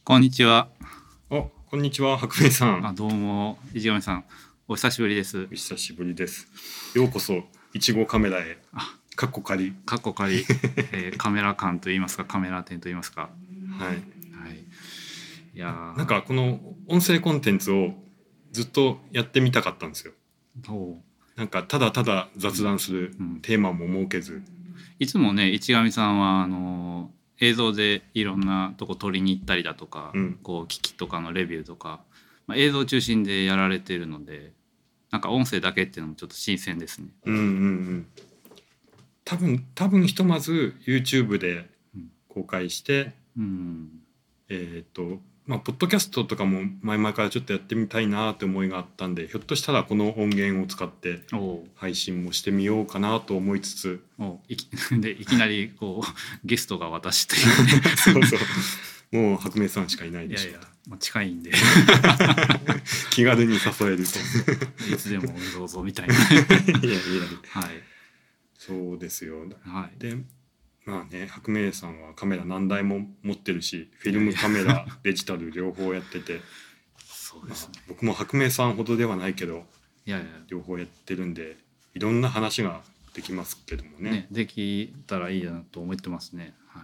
こんにちは。 こんにちは、白明さん。 どうも、市上さん、お久しぶりです。 お久しぶりです。ようこそ、いちごカメラへ。かっこ仮。 カメラ館といいますか、カメラ店といいますか。 はい。 はい。いやなんかこの音声コンテンツをずっとやってみたかったんですよ。なんかただただ雑談するテーマも設けず。 いつもね、市上さんは映像でいろんなとこ撮りに行ったりだとか、こう機器とかのレビューとか、映像中心でやられているので、なんか音声だけっていうのもちょっと新鮮ですね。 多分ひとまず YouTube で公開して、ポッドキャストとかも前々からちょっとやってみたいなって思いがあったんで、ひょっとしたらこの音源を使って配信もしてみようかなと思いつつ、 いきなりこうゲストが私というそうもう白明さんしかいないでしょ。 いやいや、近いんで気軽に誘えるといつでもどうぞみたいなはいはいそうですよ、 はい、 でまあね、白明さんはカメラ何台も持ってるし、フィルムカメラデジタル両方やっててそうですね、 僕も白明さんほどではないけどいや両方やってるんで、いろんな話ができますけども ねできたらいいなと思ってますね。はい、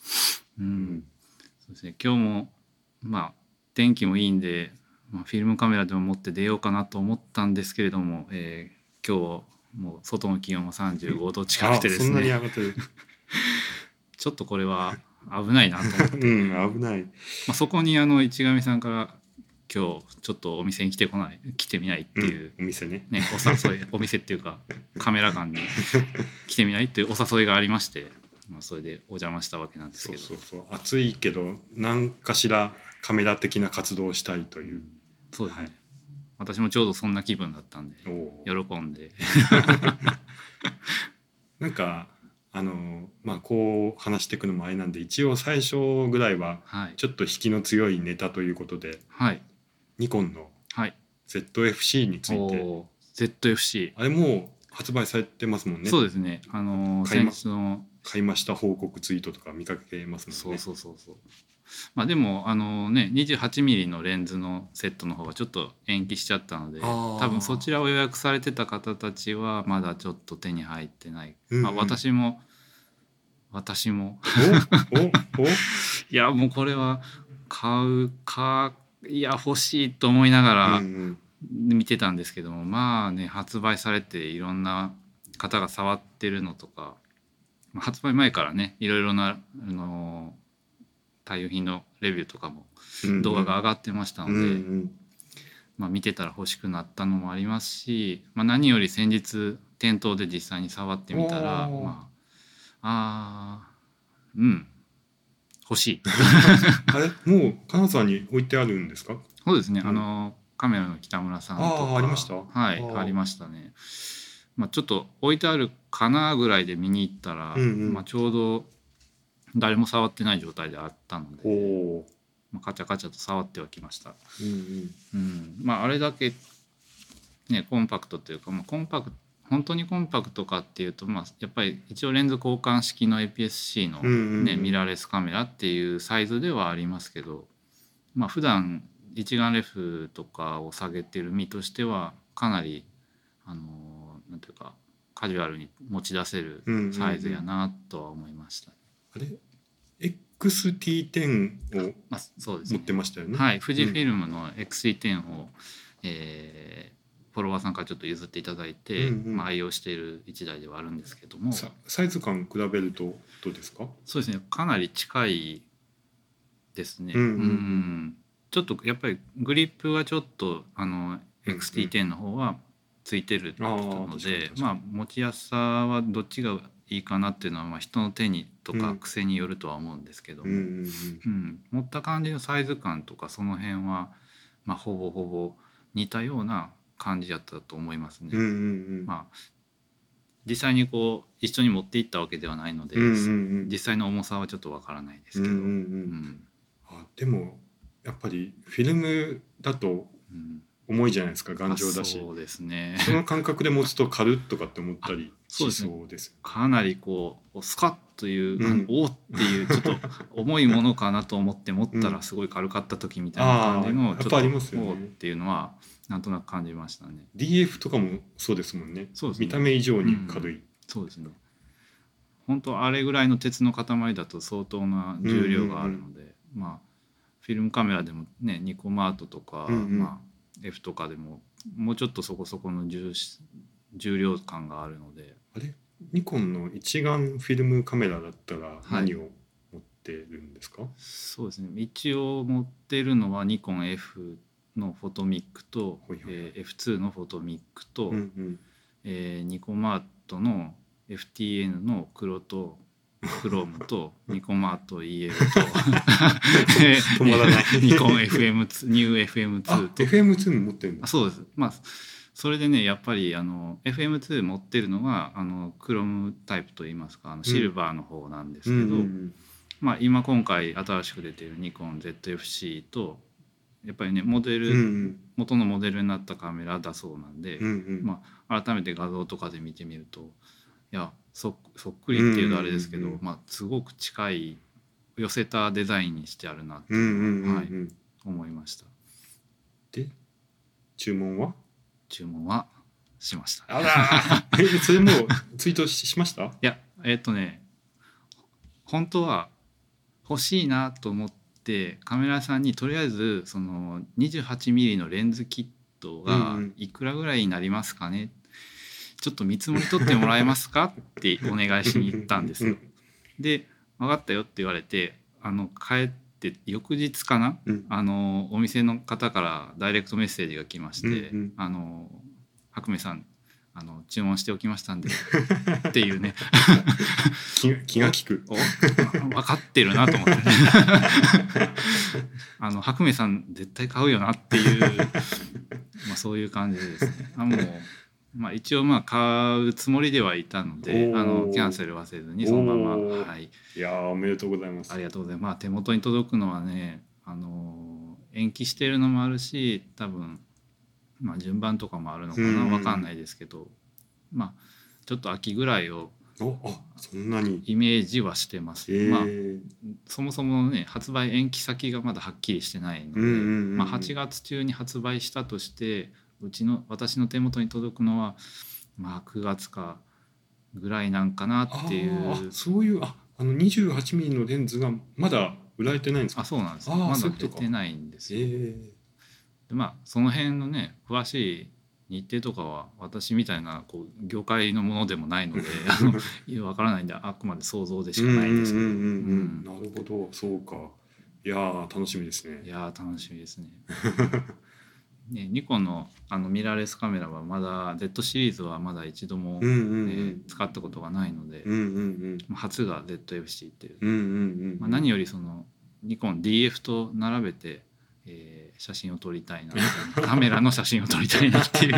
そうですね。今日も天気もいいんで、フィルムカメラでも持って出ようかなと思ったんですけれども、今日もう外の気温は35度近くてですね、 そんなに上がってるちょっとこれは危ないなと思って、 危ない、 そこに市上さんから今日ちょっとお店に来てみないっていう、 お店ねお誘いお店っていうかカメラ館に来てみないっていうお誘いがありまして、それでお邪魔したわけなんですけど、 そう暑いけど何かしらカメラ的な活動をしたいという、 そうですね、私もちょうどそんな気分だったんで喜んでなんかこう話していくのもあれなんで、一応最初ぐらいはちょっと引きの強いネタということで、ニコンの ZFC について、 ZFC あれもう発売されてますもんね。 そうですね、先日の買いました報告ツイートとか見かけますもんね。 そうでも28ミリのレンズのセットの方はちょっと延期しちゃったので、多分そちらを予約されてた方たちはまだちょっと手に入ってない、私もいやもうこれはいや欲しいと思いながら見てたんですけども、発売されていろんな方が触ってるのとか、発売前からねいろいろな対応品のレビューとかも動画が上がってましたので、見てたら欲しくなったのもありますし、何より先日店頭で実際に触ってみたら欲しいあれもう金沢に置いてあるんですか？ そうですね、カメラの北村さんとかありました？ ありましたね。ちょっと置いてあるかなぐらいで見に行ったら、ちょうど誰も触ってない状態であったので、カチャカチャと触ってはきました。あれだけねコンパクトというか、本当にコンパクトかっていうと、やっぱり一応レンズ交換式の APS-C の、ミラーレスカメラっていうサイズではありますけど、普段一眼レフとかを下げてる身としてはかなりなんていうかカジュアルに持ち出せるサイズやなとは思いました。 あれ XT10 を持ってましたよね。 はい、富士フィルムの XT10 を、フォロワーさんからちょっと譲っていただいて、愛用している一台ではあるんですけども、 サイズ感比べるとどうですか？ そうですね、かなり近いですね。ちょっとやっぱりグリップがちょっとXT10 の方はついてるので、持ちやすさはどっちがいいかなっていうのは人の手にとか癖によるとは思うんですけども、持った感じのサイズ感とかその辺はほぼほぼ似たような感じだったと思いますね。実際にこう一緒に持っていったわけではないので、実際の重さはちょっとわからないですけど、 でもやっぱりフィルムだと重いじゃないですか、頑丈だし。 そうですね。 その感覚で持つと軽っとかって思ったりしそうです。 かなりこうスカッという、おーっていうちょっと重いものかなと思って持ったらすごい軽かった時みたいな感じのちょっとおーっていうのはなんとなく感じましたね。 DF とかもそうですもんね。見た目以上に軽い。 そうですね。本当あれぐらいの鉄の塊だと相当な重量があるので、まあフィルムカメラでもねニコマートとか、まあ F とかでももうちょっとそこそこの重量感があるので。 あれニコンの一眼フィルムカメラだったら何を持ってるんですか？ そうですね、一応持ってるのはニコン F のフォトミックと、F2 のフォトミックと、ニコマートの FTN の黒とクロームとニコマート EL と止まらないニコン FM2 ニュー FM2 と FM2 も持ってるんだ。 そうです。まあそれでねやっぱりFM2 持ってるのがクロムタイプといいますかシルバーの方なんですけど、まあ今回新しく出ているニコン ZFC とやっぱりね元のモデルになったカメラだそうなんで、まあ改めて画像とかで見てみるといやそっくりっていうとあれですけど、まあすごく近い寄せたデザインにしてあるなっていうのは思いました。 で注文はしました。 あらそれもうツイートしました？いや本当は欲しいなと思ってカメラさんにとりあえずその 28mm のレンズキットがいくらぐらいになりますかね、ちょっと見積もり取ってもらえますかってお願いしに行ったんですよ。で分かったよって言われて帰って翌日かな、お店の方からダイレクトメッセージが来まして、白明さん注文しておきましたんでっていうね気が利く分かってるなと思って白明さん絶対買うよなっていうまあそういう感じですね。もうまあ、一応買うつもりではいたのでキャンセルはせずにそのまま、はい、 いやおめでとうございます。 ありがとうございます。まあ、手元に届くのはね延期してるのもあるし多分、まあ、順番とかもあるのかな分かんないですけど、まあちょっと秋ぐらいをそんなにイメージはしてます。まあ、そもそもね発売延期先がまだはっきりしてないので、まあ、8月中に発売したとして私の手元に届くのはまあ9月かぐらいなんかなっていう。 そういう28mm のレンズがまだ売られてないんですか？ そうなんです。まだ出てないんですよ。でまあその辺のね詳しい日程とかは私みたいな業界のものでもないのでわからないんであくまで想像でしかないんですけど。 なるほどそうか。いや楽しみですね。 いや楽しみですね。ニコンのミラーレスカメラはまだ Z シリーズはまだ一度も、使ったことがないので、初が ZFC っていう、まあ、何よりそのニコン DF と並べて、写真を撮りたいなカメラの写真を撮りたいなっていうい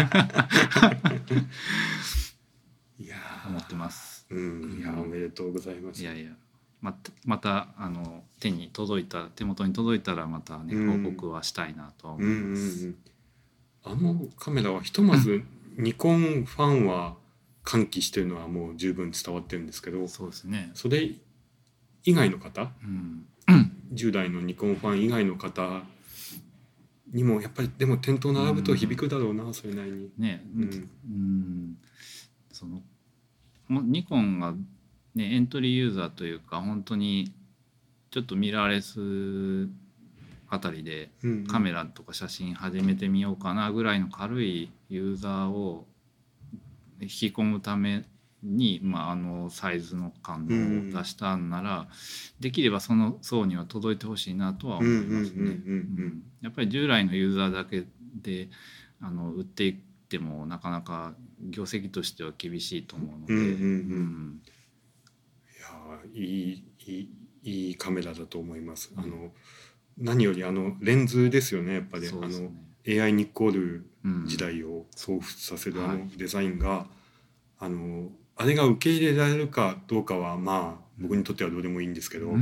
や思ってます。 いやおめでとうございます。 いやまた手元に届いたらまたね報告はしたいなとは思います。 カメラはひとまずニコンファンは歓喜してるのはもう十分伝わってるんですけど、 そうですね。 それ以外の方、10代のニコンファン以外の方にもやっぱりでも店頭並ぶと響くだろうな、それなりに。ね、 そのニコンがねエントリーユーザーというか本当にちょっとミラーレスあたりでカメラとか写真始めてみようかなぐらいの軽いユーザーを引き込むために、サイズの感度を出したんなら、できればその層には届いてほしいなとは思いますね。やっぱり従来のユーザーだけで売っていってもなかなか業績としては厳しいと思うので、いいカメラだと思います。何よりレンズですよね。やっぱりAI ニッコール時代を彷彿させるデザインが、あれが受け入れられるかどうかは僕にとってはどうでもいいんですけど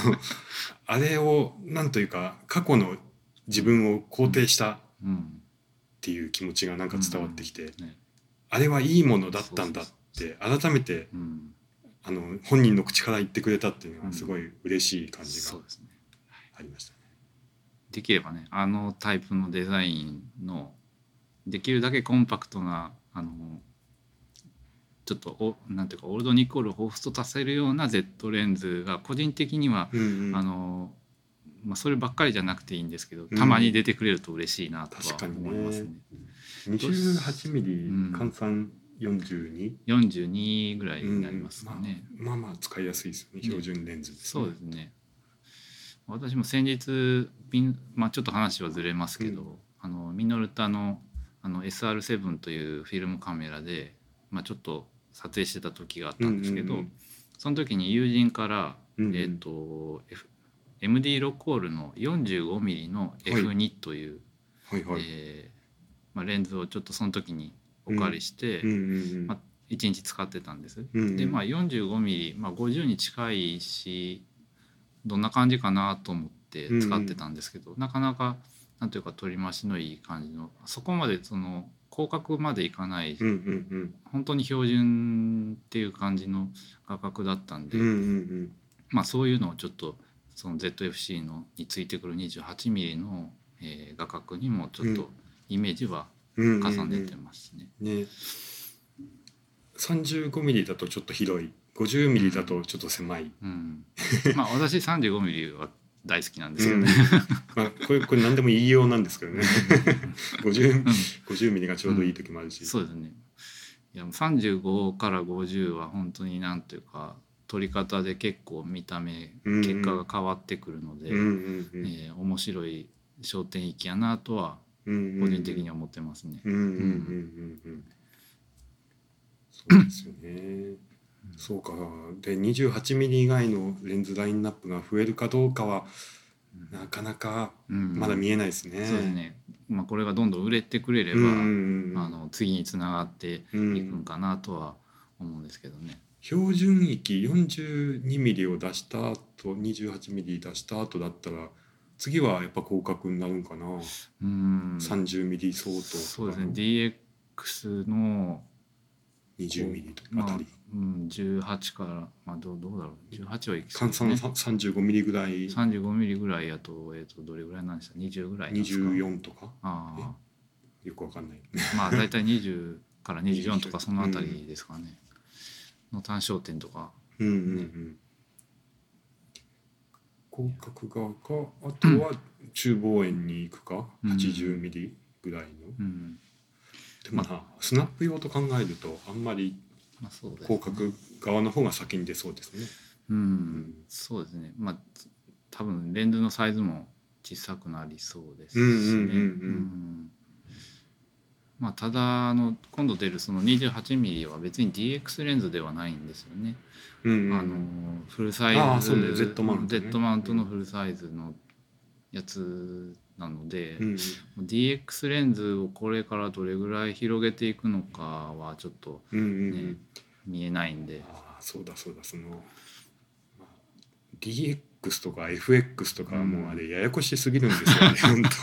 あれをなんというか過去の自分を肯定したっていう気持ちがなんか伝わってきて、あれはいいものだったんだって改めて本人の口から言ってくれたっていうのはすごい嬉しい感じがありましたね。 できればねタイプのデザインのできるだけコンパクトなちょっとなんていうかオールドニコールを彷彿とさせるような Z レンズが個人的には、そればっかりじゃなくていいんですけど、たまに出てくれると嬉しいなとは思いますね。 28ミリ換算 42ぐらいになりますかね。 まあ使いやすいですよね、標準レンズですね。そうですね。私も先日ちょっと話はずれますけど、ミノルタのSR7 というフィルムカメラで、ちょっと撮影してた時があったんですけど、その時に友人から、MD ロコールの 45mm の F2 という、レンズをちょっとその時にお借りして、1日使ってたんです。で45mm、50に近いしどんな感じかなと思って使ってたんですけど、なかなかなんというか取り回しのいい感じの、そこまでその広角までいかない、本当に標準っていう感じの画角だったんで、そういうのをちょっとその ZFC のについてくる 28mm の、画角にもちょっとイメージは重ねてますね。 35mm だとちょっと広い、50mm だとちょっと狭い。 私 35mm は大好きなんですけどね。 これ何でも言いようなんですけどね。50ミリがちょうどいい時もあるし。 そうですね。いや35から50は本当になんというか撮り方で結構見た目結果が変わってくるので、面白い焦点域やなとは個人的に思ってますね。 そうですよね。そうか。で28ミリ以外のレンズラインナップが増えるかどうかはなかなかまだ見えないですね。 そうですね。これがどんどん売れてくれれば、次につながっていくんかなとは思うんですけどね。 標準域42ミリを出した後28ミリ出した後だったら次はやっぱ広角になるんかな。30ミリ相当とか。 そうですね。DX の 20ミリあたり、 18からどうだろう、18はいきそうですね。35ミリぐらい。 35ミリぐらいやとどれぐらいなんでした？20ぐらいなんですか ？24とか。よくわかんない。 だいたい20から24とかそのあたりですかね。の単焦点とか。 広角側か、あとは中望遠に行くか、80ミリぐらいの。でもスナップ用と考えるとあんまり広角側の方が先に出そうですね。 そうですね。多分レンズのサイズも小さくなりそうですしね。ただ今度出るその 28mm は別に DX レンズではないんですよね。フルサイズ、Z マウントのフルサイズのやつなので、DX レンズをこれからどれぐらい広げていくのかはちょっと、見えないんで。 そうだその、DX とか FX とかもうあれややこしすぎるんですよね。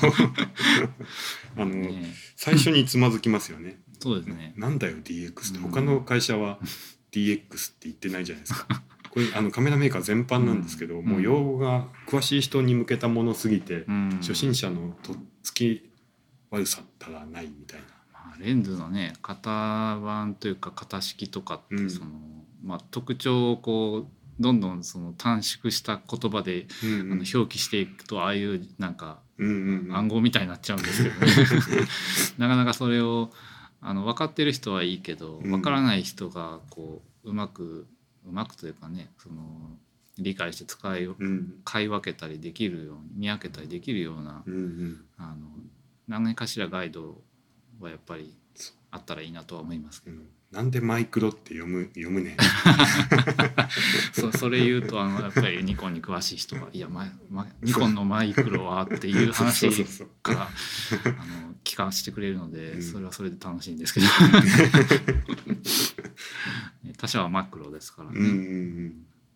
本当最初につまずきますよね。 そうですね。 なんだよ DX って他の会社は DX って言ってないじゃないですか。これカメラメーカー全般なんですけど、もう用語が詳しい人に向けたものすぎて、初心者のとっつき悪さったらないみたいな。 レンズのね型番というか型式とかってその、特徴をこうどんどんその短縮した言葉で、表記していくとああいうなんか、暗号みたいになっちゃうんですけどね。なかなかそれを分かってる人はいいけど、分からない人がこううまくというかねその理解して使い分けたりできるように見分けたりできるような、何かしらガイドはやっぱりあったらいいなとは思いますけど。 なんでマイクロって読むね。 それ言うとやっぱりニコンに詳しい人は「いや、ニコンのマイクロは」っていう話から聞かせてくれるので、それはそれで楽しいんですけど。他社はマクロですからね。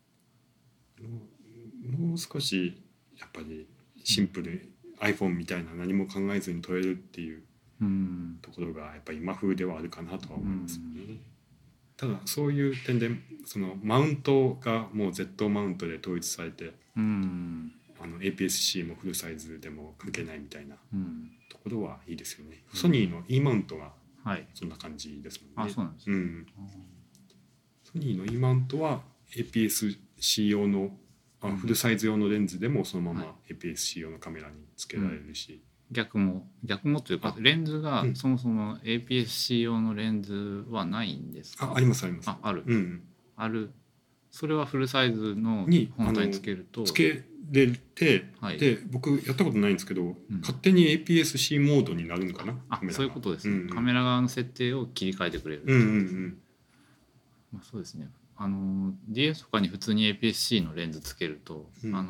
もう少しやっぱりシンプルに iPhone みたいな何も考えずに撮れるっていうところがやっぱり今風ではあるかなとは思いますね。ただそういう点でそのマウントがもう Z マウントで統一されて、APS-C もフルサイズでも関係ないみたいなところはいいですよね。ソニーの E マウントがそんな感じですもんね。 あ、そうなんですね。 ソニーの E マウントは APS-C 用のフルサイズ用のレンズでもそのまま APS-C 用のカメラにつけられるし、 逆もというかレンズがそもそも APS-C 用のレンズはないんですか？ ありますあります。 ある、ある。それはフルサイズの本体につけるとつけれて、で僕やったことないんですけど、勝手に APS-C モードになるのかな。 そういうことですね、カメラ側の設定を切り替えてくれる。そうですね。DS とかに普通に APS-C のレンズつけると、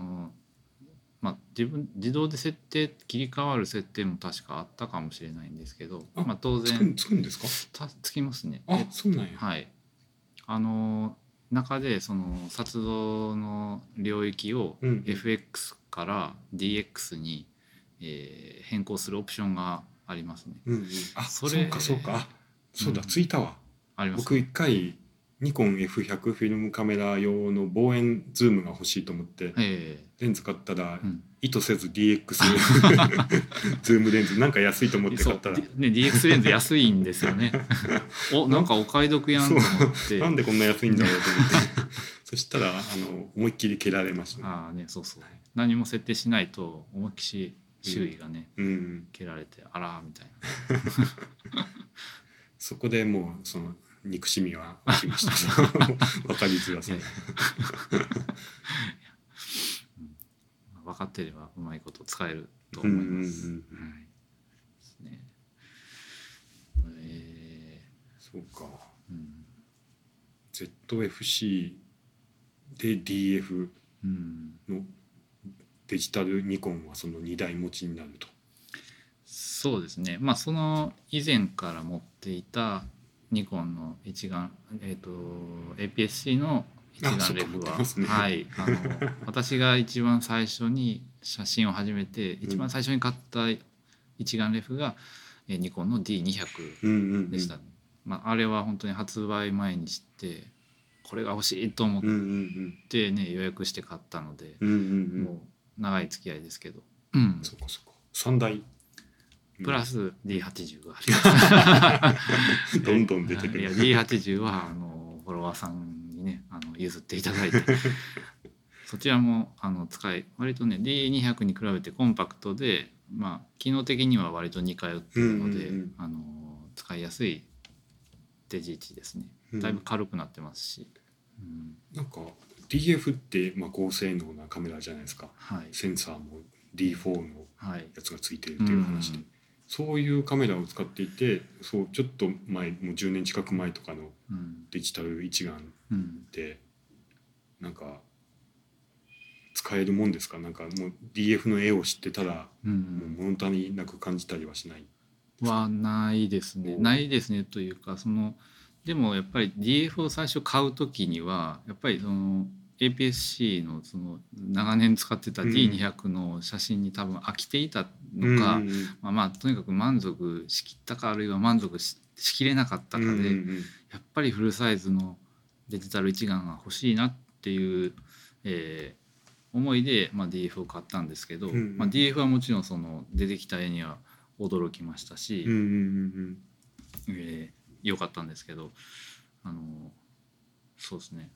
自動で切り替わる設定も確かあったかもしれないんですけど、当然つくんですか？ つきますね。 そうなんや。 はい。中でその撮動の領域を FX から DX に、変更するオプションがありますね。 そうかそうだ、ついたわ。あります。僕一回ニコン F100 フィルムカメラ用の望遠ズームが欲しいと思ってレンズ買ったら、意図せず DX ズームレンズなんか安いと思って買ったら、 DX レンズ安いんですよね。なんかお買い得やんと思ってなんでこんな安いんだろうと思ってそしたら思いっきり蹴られましたね。何も設定しないと思いっきり周囲がね、蹴られてあらみたいなそこでもうその憎しみは起きました分かりづらさ分かってればうまいこと使えると思います。 そうか、ZFC で DF のデジタルニコンはその2台持ちになると。 そうですね。その以前から持っていたニコンの一眼、APS-C の一眼レフは、私が一番最初に写真を始めて、一番最初に買った一眼レフが、ニコンの D200 でした、あれは本当に発売前に知ってこれが欲しいと思ってね、予約して買ったので、もう長い付き合いですけど、 そこ3台プラス D80 がありますどんどん出てくる。 いや D80 はフォロワーさんにね譲っていただいてそちらも割とね D200 に比べてコンパクトで、機能的には割と似通っているので、使いやすいデジ1ですね。だいぶ軽くなってますし、 なんか DF って高性能なカメラじゃないですか、センサーも D4 のやつがついてるっていう話で、そういうカメラを使っていて、ちょっと前もう10年近く前とかのデジタル一眼ってなんか使えるもんですか？なんかもう DF の絵を知ってたらもう物足りなく感じたりはしないですか？ ないですね。ないですねというか、でもやっぱり DF を最初買う時にはやっぱりその APS-C のその長年使ってた D200 の写真に多分飽きていたのか、とにかく満足しきったか、あるいは満足しきれなかったかで、やっぱりフルサイズのデジタル一眼が欲しいなっていう、思いで、DF を買ったんですけど、DF はもちろんその出てきた絵には驚きましたし、良かったんですけど、そうですね、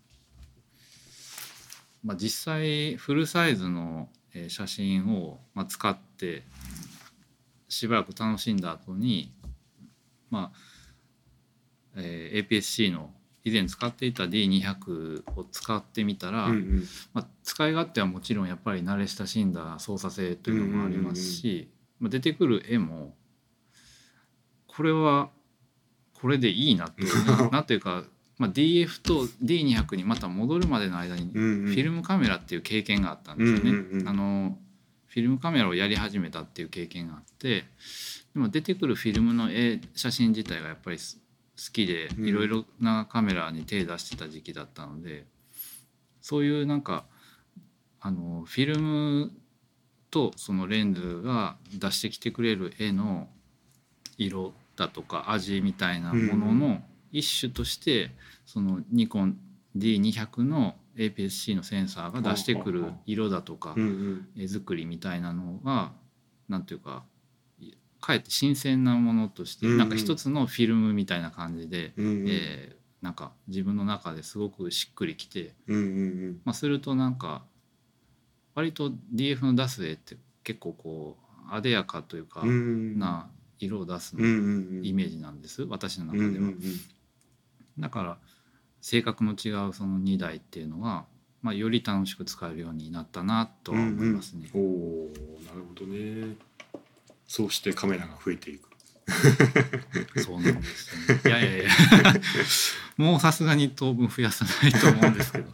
実際フルサイズの写真を使ってしばらく楽しんだ後に、APS-C の以前使っていた D200 を使ってみたら、使い勝手はもちろんやっぱり慣れ親しんだ操作性というのもありますし、出てくる絵もこれはこれでいいなとなんというか、DF と D200 にまた戻るまでの間にフィルムカメラっていう経験があったんですよね。フィルムカメラをやり始めたっていう経験があって、でも出てくるフィルムの写真自体がやっぱり好きで、いろいろなカメラに手出してた時期だったので、そういうなんかフィルムとそのレンズが出してきてくれる絵の色だとか味みたいなものの一種として、そのニコン D200 の APS-C のセンサーが出してくる色だとか絵作りみたいなのがなんていうかかえって新鮮なものとしてなんか一つのフィルムみたいな感じでなんか自分の中ですごくしっくりきてするとなんか割と DF の出す絵って結構こう艶やかというかな色を出すのイメージなんです私の中では。だから性格の違うその2台っていうのは、より楽しく使えるようになったなとは思いますね。 おお、なるほどね。そうしてカメラが増えていく。 そうなんですね。いやいやいやもうさすがに当分増やさないと思うんですけど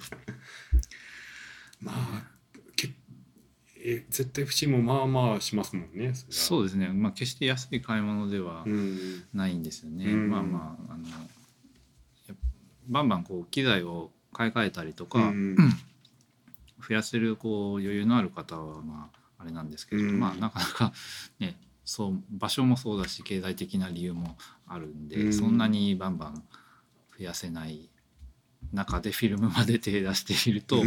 ZF-C もまあまあしますもんね。 そうですね、決して安い買い物ではないんですよね。バンバンこう機材を買い替えたりとか、増やせるこう余裕のある方はあれなんですけど、なかなかねそう場所もそうだし経済的な理由もあるんで、そんなにバンバン増やせない中でフィルムまで手出していると、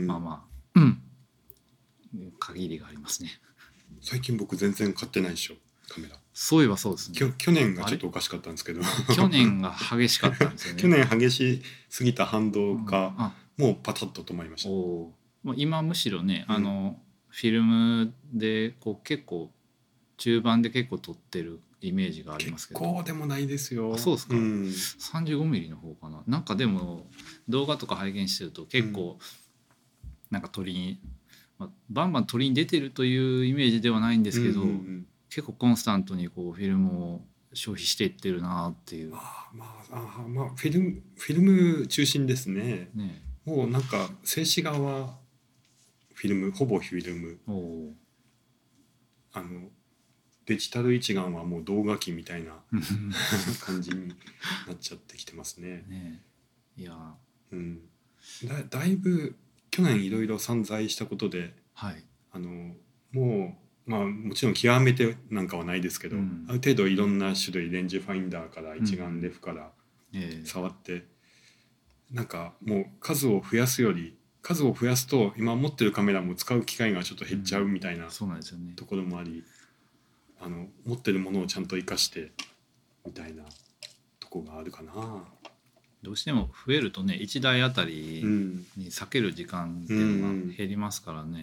限りがありますね。 最近僕全然買ってないでしょカメラ。 そういえばそうですね。 去年がちょっとおかしかったんですけど去年が激しかったんですよね。 去年激しすぎた反動が、もうパタッと止まりました。 今むしろね、フィルムでこう結構中盤で結構撮ってるイメージがありますけど。 結構でもないですよ。 そうですか、35ミリの方かな。なんかでも動画とか拝見してると結構なんか撮りに、バンバン撮りに出てるというイメージではないんですけど、結構コンスタントにこうフィルムを消費していってるなっていう。 フィルム中心ですね。もうなんか静止画はフィルム、ほぼフィルム。デジタル一眼はもう動画機みたいな感じになっちゃってきてますね。 いや、 だいぶ去年いろいろ散財したことで、もうもちろん極めてなんかはないですけど、ある程度いろんな種類レンジファインダーから一眼レフから触って、なんかもう数を増やすと今持ってるカメラも使う機会がちょっと減っちゃうみたいなところもあり、持ってるものをちゃんと生かしてみたいなとこがあるかな。 どうしても増えるとね1台あたりに避ける時間っていうのが減りますからね。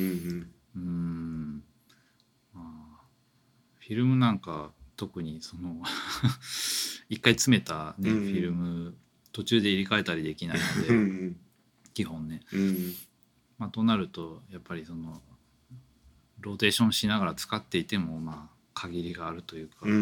フィルムなんか特にその一回詰めた、フィルム途中で入れ替えたりできないので基本ね、となるとやっぱりそのローテーションしながら使っていても限りがあるというか。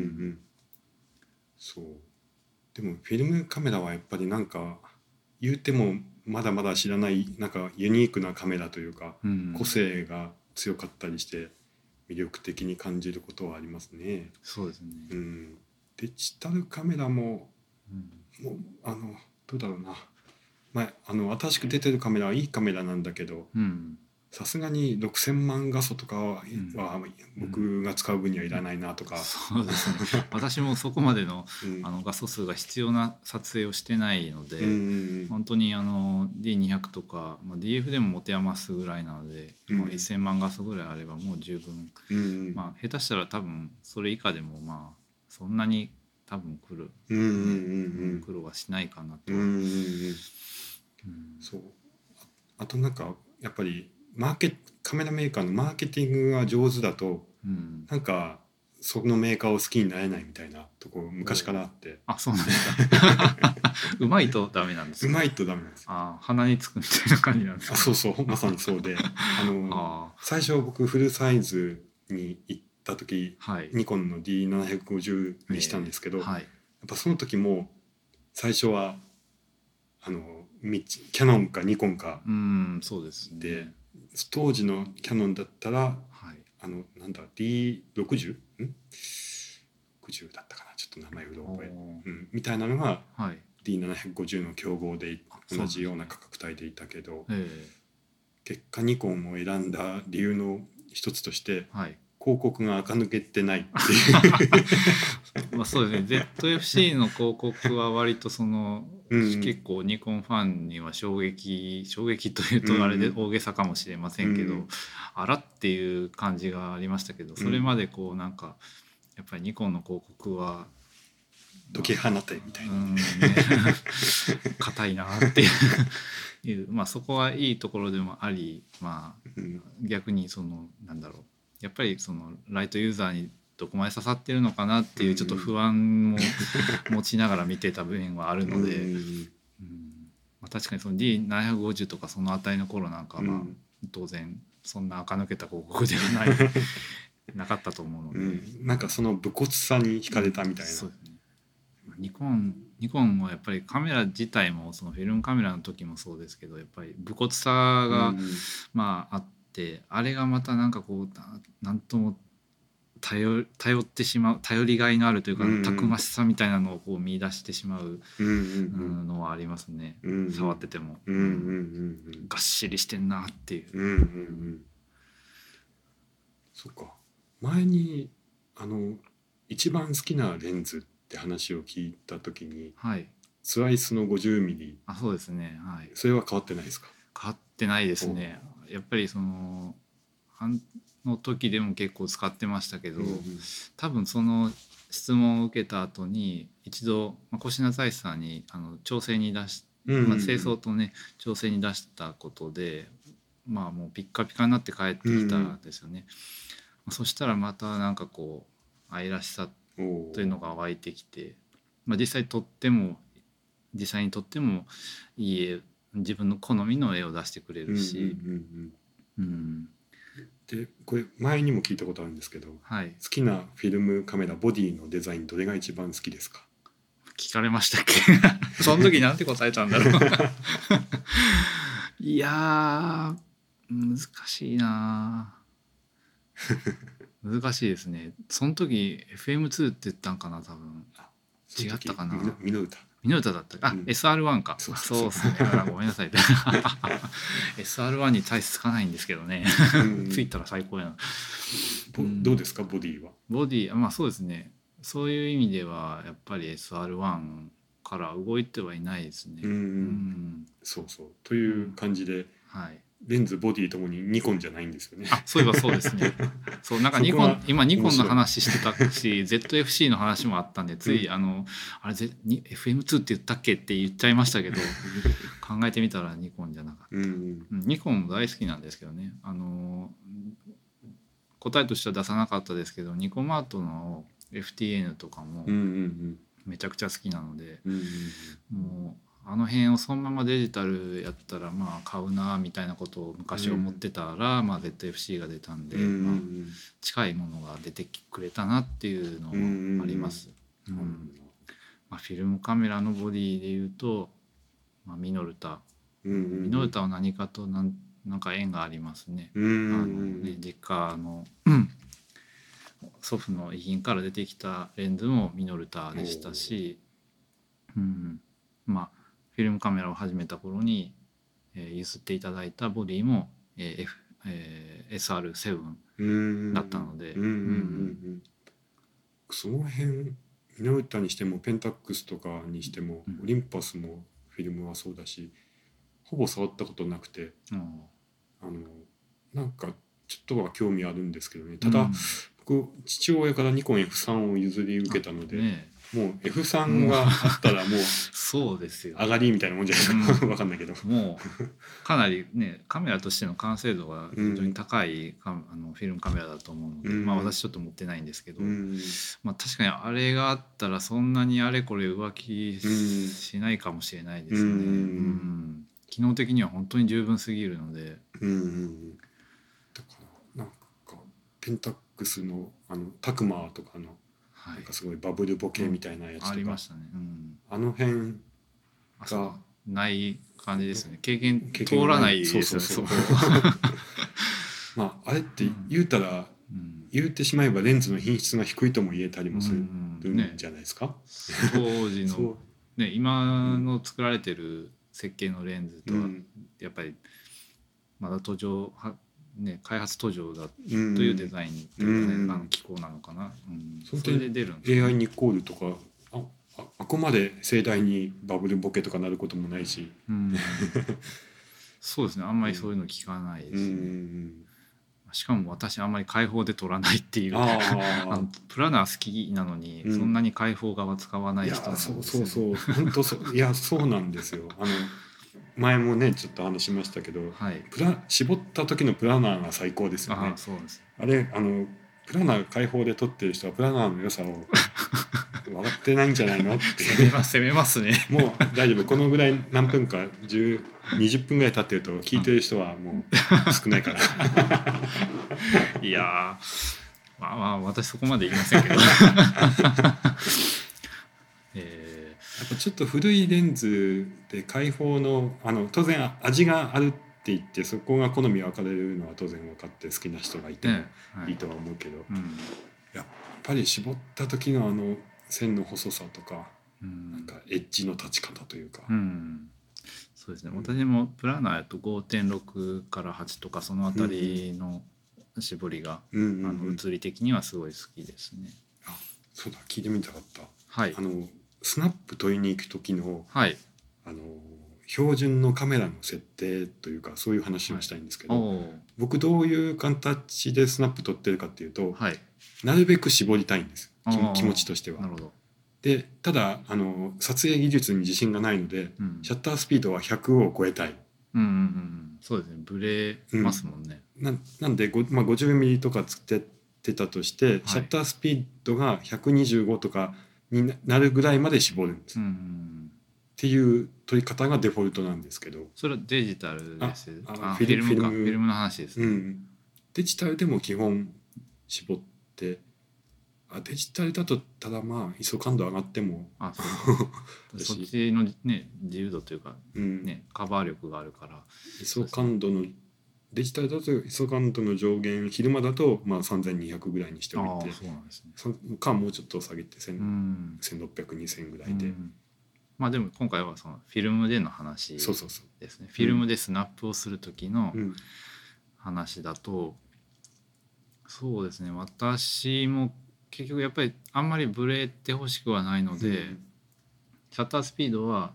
そうでもフィルムカメラはやっぱりなんか言うてもまだまだ知らないなんかユニークなカメラというか、個性が強かったりして魅力的に感じることはありますね。 そうですね。 デジタルカメラも、もうどうだろうな、新しく出てるカメラはいいカメラなんだけど、さすがに6000万画素とかは、僕が使う分にはいらないなとか。 そうですね。私もそこまでの、画素数が必要な撮影をしてないので、本当にD200 とか、DF でも持て余すぐらいなので、1000万画素ぐらいあればもう十分、下手したら多分それ以下でもそんなに多分苦労はしないかなと。 そう。あとなんかやっぱりカメラメーカーのマーケティングが上手だと、なんかそのメーカーを好きになれないみたいなところ昔からあって。 そうなんですか。うまいとダメなんですか。 うまいとダメなんです。 鼻につくみたいな感じなんですか。 そうまさにそうで最初僕フルサイズに行った時、ニコンの D750 にしたんですけど、やっぱその時も最初はキャノンかニコンかそうですね。 で当時のキャノンだったら、なんだ D60 60だったかな、ちょっと名前うろ覚え、みたいなのが、D750 の競合で同じような価格帯でいたけど、結果ニコンを選んだ理由の一つとして、 広告が垢抜けてないっていうまあそうですね ZFC の広告は割とその、結構ニコンファンには衝撃というとあれで大げさかもしれませんけど、あらっていう感じがありましたけど、それまでこうなんかやっぱりニコンの広告は解き放てみたいな硬いなっていうまあそこはいいところでもあり、まあ逆にそのなんだろう、やっぱりそのライトユーザーにどこまで刺さってるのかなっていうちょっと不安も持ちながら見てた部分はあるので、まあ、確かにその D750 とかそのあたりの頃なんかはまあ当然そんな垢抜けた広告ではないなかったと思うので、 なんかその武骨さに惹かれたみたいな。 そうですね。ニコンはやっぱりカメラ自体もそのフィルムカメラの時もそうですけどやっぱり武骨さがまああって、あれがまたなんかこうなんとも頼ってしまう、頼りがいのあるというか、たくましさみたいなのをこう見出してしまうのはありますね、触ってても、がっしりしてんなっていう、 そっか。前に一番好きなレンズって話を聞いた時に、はい、スワイスの 50mm。 あ、そうですね、はい、 それは変わってないですか？ 変わってないですね。やっぱりそのの時でも結構使ってましたけど、多分その質問を受けた後に一度、小品財さんに調整に出し、清掃とね調整に出したことでまあもうピッカピカになって帰ってきたんですよね。そしたらまたなんかこう愛らしさというのが湧いてきて、実際にとってもいい絵、自分の好みの絵を出してくれるし、 でこれ前にも聞いたことあるんですけど、はい、好きなフィルムカメラボディのデザインどれが一番好きですか？ 聞かれましたっけその時なんて答えたんだろういや難しいな難しいですね。その時 FM2 って言ったんかな、多分違ったかな。 ミノルタだったか、SR1 か。そうですね。ごめんなさいSR1 に大差つかないんですけどねついたら最高やな。 どうですかボディは？ ボディまあそうですね、そういう意味ではやっぱり SR1 から動いてはいないですね。 そうという感じで、はい、レンズボディともにニコンじゃないんですよね。 そういえばそうですねそうなんかニコン今ニコンの話してたしZFC の話もあったんでつい、あれFM2 って言ったっけって言っちゃいましたけど考えてみたらニコンじゃなかった、ニコンも大好きなんですけどね、答えとしては出さなかったですけどニコマートの FTN とかもめちゃくちゃ好きなので、もうあの辺をそのままデジタルやったらまあ買うなみたいなことを昔思ってたら、ZFC が出たんで、近いものが出てくれたなっていうのもあります。フィルムカメラのボディでいうと、ミノルタは何かとなんか縁がありますね。実家の祖父の遺品から出てきたレンズもミノルタでしたし、フィルムカメラを始めた頃に、譲っていただいたボディも、SR7 だったので、 その辺ミノルタにしてもペンタックスとかにしても、オリンパスもフィルムはそうだしほぼ触ったことなくて、なんかちょっとは興味あるんですけどね。ただ、僕父親からニコン F3 を譲り受けたので、もう F3 があったらもうそうですよ、 上がりみたいなもんじゃないですか、分かんないけどもうかなりねカメラとしての完成度が非常に高いフィルムカメラだと思うので、私ちょっと持ってないんですけど、確かにあれがあったらそんなにあれこれ浮気しないかもしれないですね。機能的には本当に十分すぎるので、 だからなんかペンタックスのタクマとかのなんかすごいバブルボケみたいなやつとか、 ありましたね。 あの辺がない感じですね。経験通らないですよね。そこあれって言うたら、言ってしまえばレンズの品質が低いとも言えたりもするんじゃないですか。 当時の今の作られてる設計のレンズとはやっぱりまだ途上ね、開発途上だというデザインというかね、機構なのかな、 それで出るんですか、ね、AI ニコールとかあこまで盛大にバブルボケとかなることもないし、 そうですね、あんまりそういうの聞かないですね。しかも私あんまり開放で取らないっていうプラナー好きなのに、そんなに開放側使わない人なんですよね。 そう本当そういやそうなんですよ。前もねちょっと話しましたけど、絞った時のプラナーが最高ですよね。 そうです。 あれプラナー開放で取ってる人はプラナーの良さを分かってないんじゃないのって攻めますね。 もう大丈夫、このぐらい何分か20分ぐらい経ってると聞いてる人はもう少ないからいやまあ私そこまで言いませんけどやっぱちょっと古いレンズで開放の当然味があるって言ってそこが好み分かれるのは当然分かって好きな人がいてもいいとは思うけど、やっぱり絞った時の線の細さとか、なんかエッジの立ち方というか、 そうですね、私もプラナーやと 5.6 から8とかそのあたりの絞りが、物理的にはすごい好きですね。 そうだ、聞いてみたかった、 はい、 スナップ取りに行く時の、 はい、 標準のカメラの設定というかそういう話をしたいんですけど、僕どういう形でスナップ撮ってるかっていうと、なるべく絞りたいんです、気持ちとしては。 なるほど。 でただ撮影技術に自信がないので、シャッタースピードは100を超えたい。 そうですね、ブレますもんね。 なんで50ミリとかつけてたとして、シャッタースピードが125とかになるぐらいまで絞るんです、っていう撮り方がデフォルトなんですけど、 それはデジタルです。フィルムの話ですね、 デジタルでも基本絞って、デジタルだとただISO感度上がってもそっちのね自由度というか、カバー力があるから、 ISO感度のデジタルだとISO感度の上限昼間だと3200ぐらいにしておいて、 そうなんですね、 もうちょっと下げて16002000ぐらいで、 でも今回はそのフィルムでの話ですね。フィルムでスナップをする時の話だと、そうですね、私も結局やっぱりあんまりブレてほしくはないので、シャッタースピードは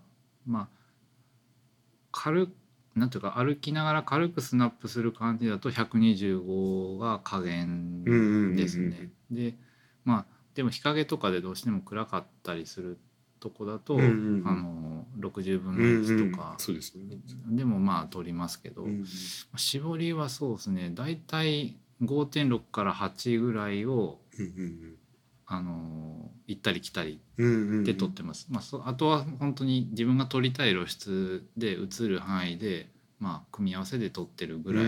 なんていうか歩きながら軽くスナップする感じだと125が加減ですね。ででも日陰とかでどうしても暗かったりするとこだと、60分の1とかでも撮りますけど、絞りはそうですね、だいたい 5.6 から8ぐらいを行ったり来たりで撮ってます。あとは本当に自分が撮りたい露出で映る範囲で、組み合わせで撮ってるぐらいで、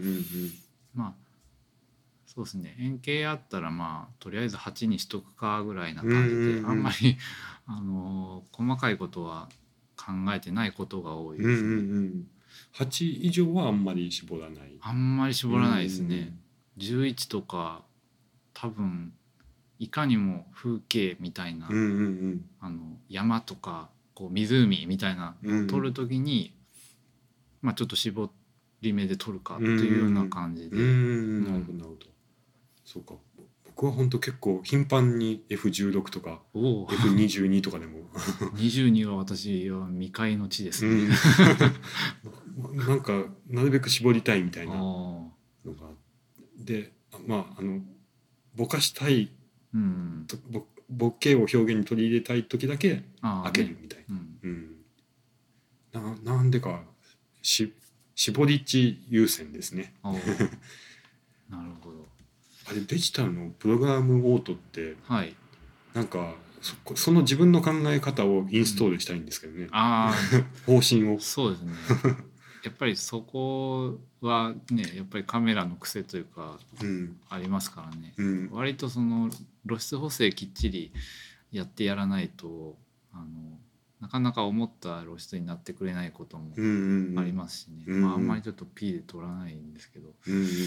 そうですね、円形あったらとりあえず8にしとくかぐらいな感じで、あんまり細かいことは考えてないことが多いですね。 8以上はあんまり絞らない。 あんまり絞らないですね。11とか多分いかにも風景みたいな、山とか湖みたいなのを撮るときに、ちょっと絞り目で撮るかっていうような感じで。なるほど。そうか。僕は本当結構頻繁に F16 とか F22 とかでも 22は私は未開の地ですね。 なんかなるべく絞りたいみたいなのがで、ぼかしたい、ボケを表現に取り入れたい時だけ開けるみたいな。なんでか絞り値優先ですね。 なるほど。 あれデジタルのプログラムオートって、なんかその自分の考え方をインストールしたいんですけどね、方針を。 そうですね。やっぱりそこはね、やっぱりカメラの癖というか、ありますからね、割とその露出補正きっちりやってやらないとなかなか思った露出になってくれないこともありますしね、あんまりちょっと P で撮らないんですけど、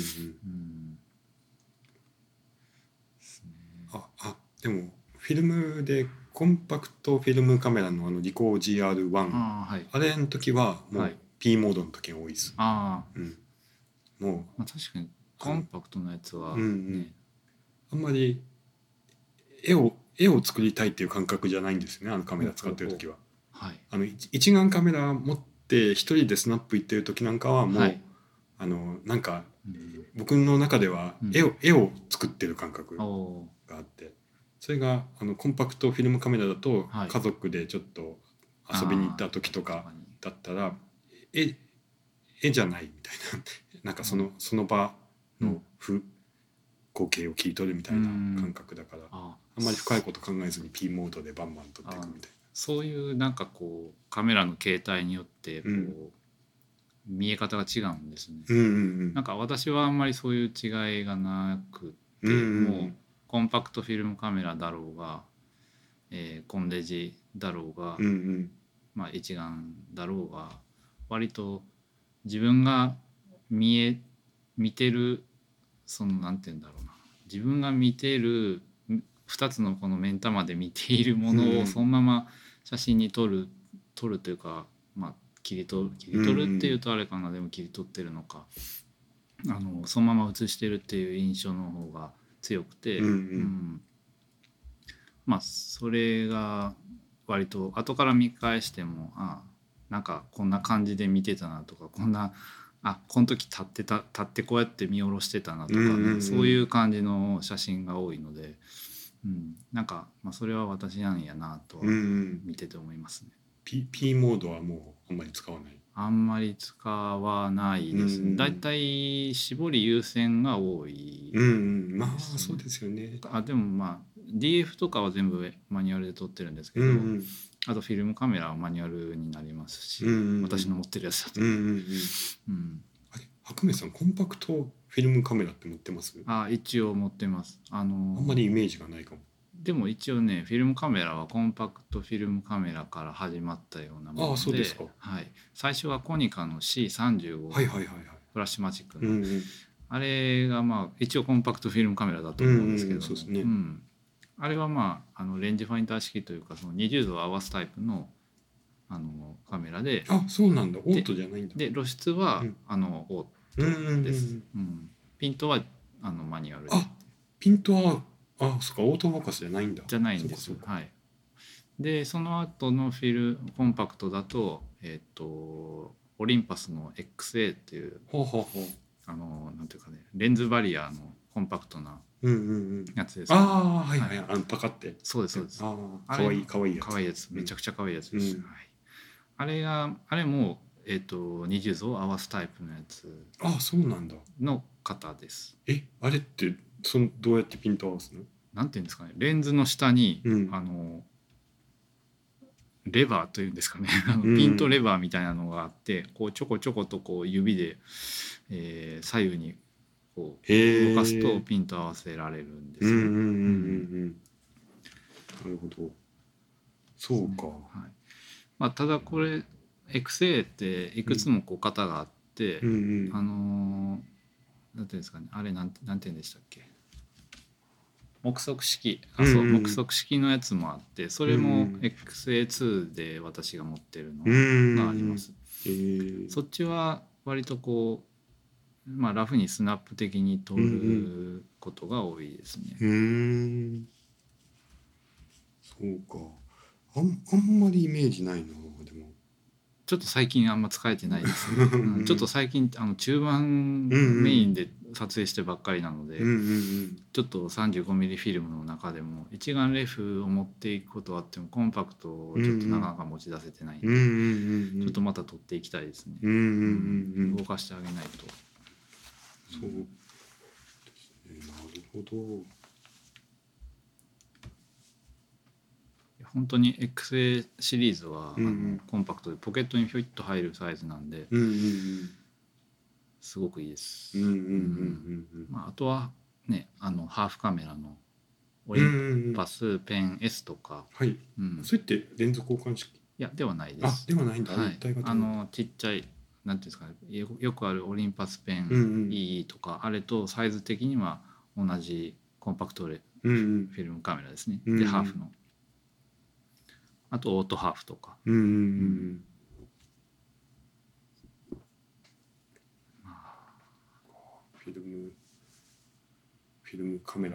でもフィルムでコンパクトフィルムカメラのリコー GR1、あれの時はもう P モードの時が多いです。 もう、 確かにコンパクトなやつは、ね、 あんまり絵を作りたいっていう感覚じゃないんですよね、カメラ使ってる時は。はい、一眼カメラ持って一人でスナップ行ってる時なんかはもう、はい、なんか、僕の中では絵を作ってる感覚があって、それがコンパクトフィルムカメラだと家族でちょっと遊びに行った時とかだったら、絵じゃないみたいななんかその場の光景を切り取るみたいな感覚だから、あんまり深いこと考えずに P モードでバンバン撮っていくみたいな。 そういうなんかこうカメラの形態によってこう、見え方が違うんですね。なんか私はあんまりそういう違いがなくて、もうコンパクトフィルムカメラだろうが、コンデジだろうが、まあ一眼だろうが割と自分が見てるそのなんて言うんだろうな、自分が見てる2つのこの目ん玉で見ているものをそのまま写真に撮るというか、まあ切り取るっていうとあれかな、でも切り取ってるのか、そのまま写してるっていう印象の方が強くて、まあそれが割と後から見返しても、なんかこんな感じで見てたなとか、こんなこの時立ってこうやって見下ろしてたなとかね、そういう感じの写真が多いので、なんか、それは私なんやなとは見てて思いますね。 P モードはもうあんまり使わない？ あんまり使わないですね。だいたい絞り優先が多いですね。 まあそうですよね。 でもDF とかは全部マニュアルで撮ってるんですけど、あとフィルムカメラはマニュアルになりますし、私の持ってるやつだと。 白明さんコンパクトフィルムカメラって持ってます？ 一応持ってます。あんまりイメージがないかも。 でも一応ね、フィルムカメラはコンパクトフィルムカメラから始まったようなもので、 そうですか。 はい、最初はコニカの C35 フラッシュマジックの、あれが一応コンパクトフィルムカメラだと思うんですけども、あれはレンジファインダー式というか、その20度を合わすタイプのカメラで、 そうなんだ、オートじゃないんだ。 で露出は、オートです。ピントはマニュアルで。 ピントはそっか、オートフォーカスじゃないんだ。 じゃないんです。はい。でその後のコンパクトだとオリンパスの XA っていうなんていうかね、レンズバリアのコンパクトなやつです、ね。 パカって。 そうですそうです。 かわいいやつ。 かわいいやつ、めちゃくちゃかわいいやつです。あれも20度を合わすタイプのやつ。 そうなんだ。 の方です。 あれってどうやってピント合わすの？ なんていうんですかね、レンズの下に、レバーというんですかねピントレバーみたいなのがあって、こうちょこちょことこう指で、左右にこう動かすとピント合わせられるんですよ。 なるほど。そうか。 はい。ただこれ XA っていくつもこう型があって、なんていうんですかね、あれなんていうんでしたっけ。目測式、目測式のやつもあって、それも XA2 で私が持ってるのがあります。そっちは割とこう、ラフにスナップ的に撮ることが多いですね。 そうか。あんまりイメージないな。でもちょっと最近あんま使えてないですね。ちょっと最近中盤メインで撮影してばっかりなので、ちょっと 35mm フィルムの中でも一眼レフを持っていくことはあってもコンパクトをちょっとなかなか持ち出せてないんで、ちょっとまた撮っていきたいですね。動かしてあげないと。 そうですね。なるほど。 本当に XA シリーズは、コンパクトでポケットにひょいっと入るサイズなんで、すごくいいです。あとはね、ハーフカメラのオリンパスペン S とか、 それってレンズ交換式？ いやではないです。 ではないんだ。 ちっちゃいなんていうんですかね、よくあるオリンパスペン E とか、あれとサイズ的には同じコンパクトフィルムカメラですね。でハーフの。あとオートハーフとか。 フィルムカ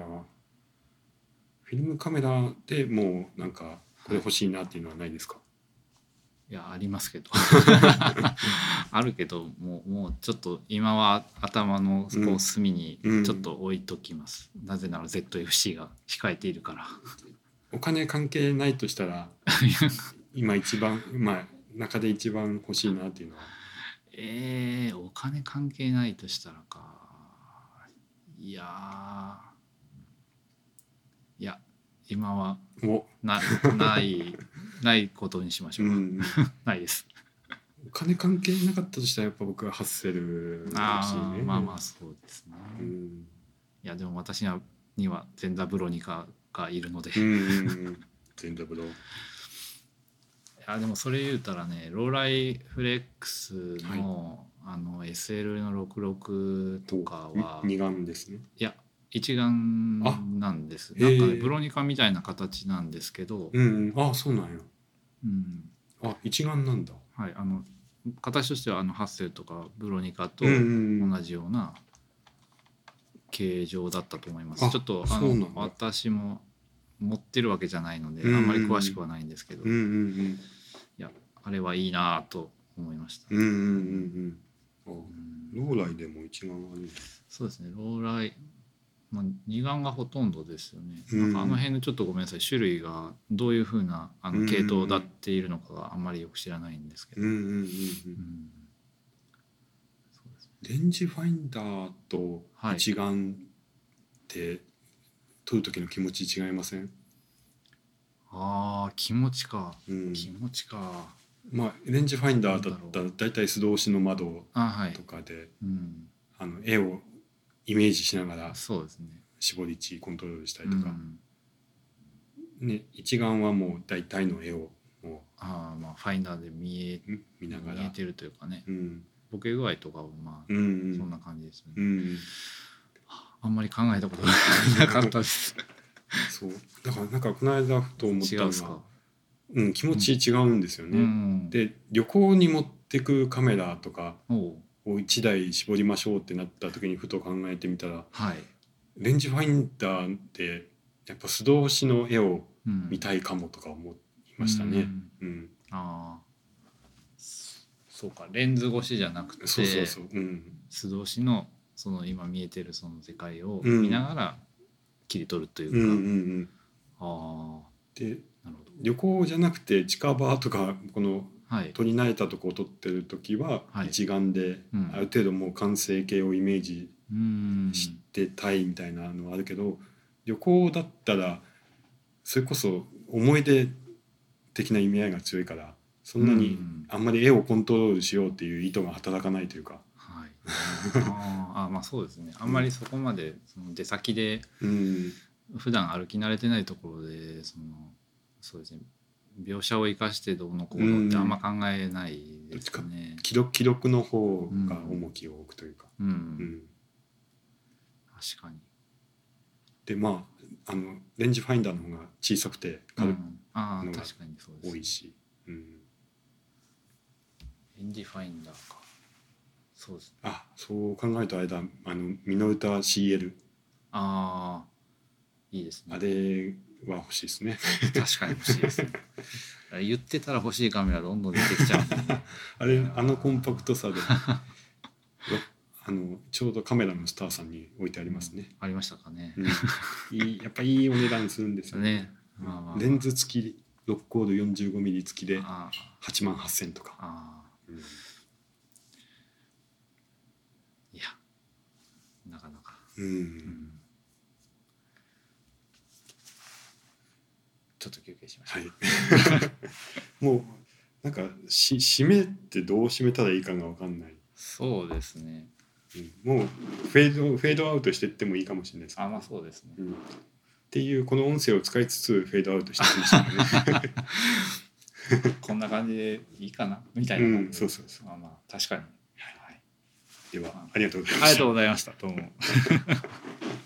メラでもうなんかこれ欲しいなっていうのはないですか？ いやありますけどあるけどもうちょっと今は頭のこう隅にちょっと置いときます、なぜなら ZFC が控えているからお金関係ないとしたら今一番中で一番欲しいなっていうのはお金関係ないとしたらか、いや今はないことにしましょう、ないです。 お金関係なかったとしたらやっぱ僕はハッセル欲しいね。 まあそうですね、いやでも私にはゼンダブロニカがいるのでゼンダブロ、いやでもそれ言うたらね、ローライフレックスの、SL の66とかは 2眼ですね。 いや一眼なんです。なんかねブロニカみたいな形なんですけど、 そうなんや。一眼なんだ。 はい、形としてはハッセルとかブロニカと同じような形状だったと思います。ちょっと私も持ってるわけじゃないのであんまり詳しくはないんですけど、いやあれはいいなと思いました。ローライでも一眼ある。 そうですね、ローライ、二眼がほとんどですよね。なんかあの辺のちょっとごめんなさい、種類がどういうふうな系統だっているのかがあんまりよく知らないんですけど、レンジファインダーと一眼って撮る時の気持ち違いません？ 気持ちか、気持ちか。 レンジファインダーだったらだいたい素通しの窓とかで、絵をイメージしながら絞り値コントロールしたりとか、一眼はもう大体の絵をもうファインダーで見ながら見えてるというかね、ボケ具合とかはそんな感じですよね。あんまり考えたことなかったですそうだからなんかこの間ふと思ったのが、気持ち違うんですよね。で旅行に持ってくカメラとかを1台絞りましょうってなった時にふと考えてみたら、レンジファインダーってやっぱ素通しの絵を見たいかもとか思いましたね。 そうか、レンズ越しじゃなくて素通しのその今見えてるその世界を見ながら切り取るというか、 で旅行じゃなくて近場とかこの撮り慣れたとこを撮ってる時は一眼である程度もう完成形をイメージしてたいみたいなのはあるけど、旅行だったらそれこそ思い出的な意味合いが強いからそんなにあんまり絵をコントロールしようっていう意図が働かないというか、 そうですね、あんまりそこまでその出先で普段歩き慣れてないところでそうですね、描写を生かしてどうのこうのってあんま考えないですね。 記録の方が重きを置くというか、 確かに。 でレンジファインダーの方が小さくて軽いのが多いし、レンジファインダーか。そうですね。そう考えるとあれだ、ミノルタ CL。 いいですね。 あれは欲しいですね。 確かに欲しいですね。言ってたら欲しいカメラどんどん出てきちゃう、 あれコンパクトさでちょうどカメラのスターさんに置いてありますね。 ありましたかね。 やっぱいいお値段するんですよね。 レンズ付き6コード 45mm 付きで88,000とか。 いやなかなか。ちょっと休憩しましょう。 もうなんか締めってどう締めたらいいかが分かんない。 そうですね。 もうフェードアウトしていってもいいかもしれないですけど。 そうですね。 っていうこの音声を使いつつフェードアウトしてきましたね。 こんな感じでいいかなみたいな感じ。 そう。 確かに。 ではありがとうございました。 ありがとうございました。どうも。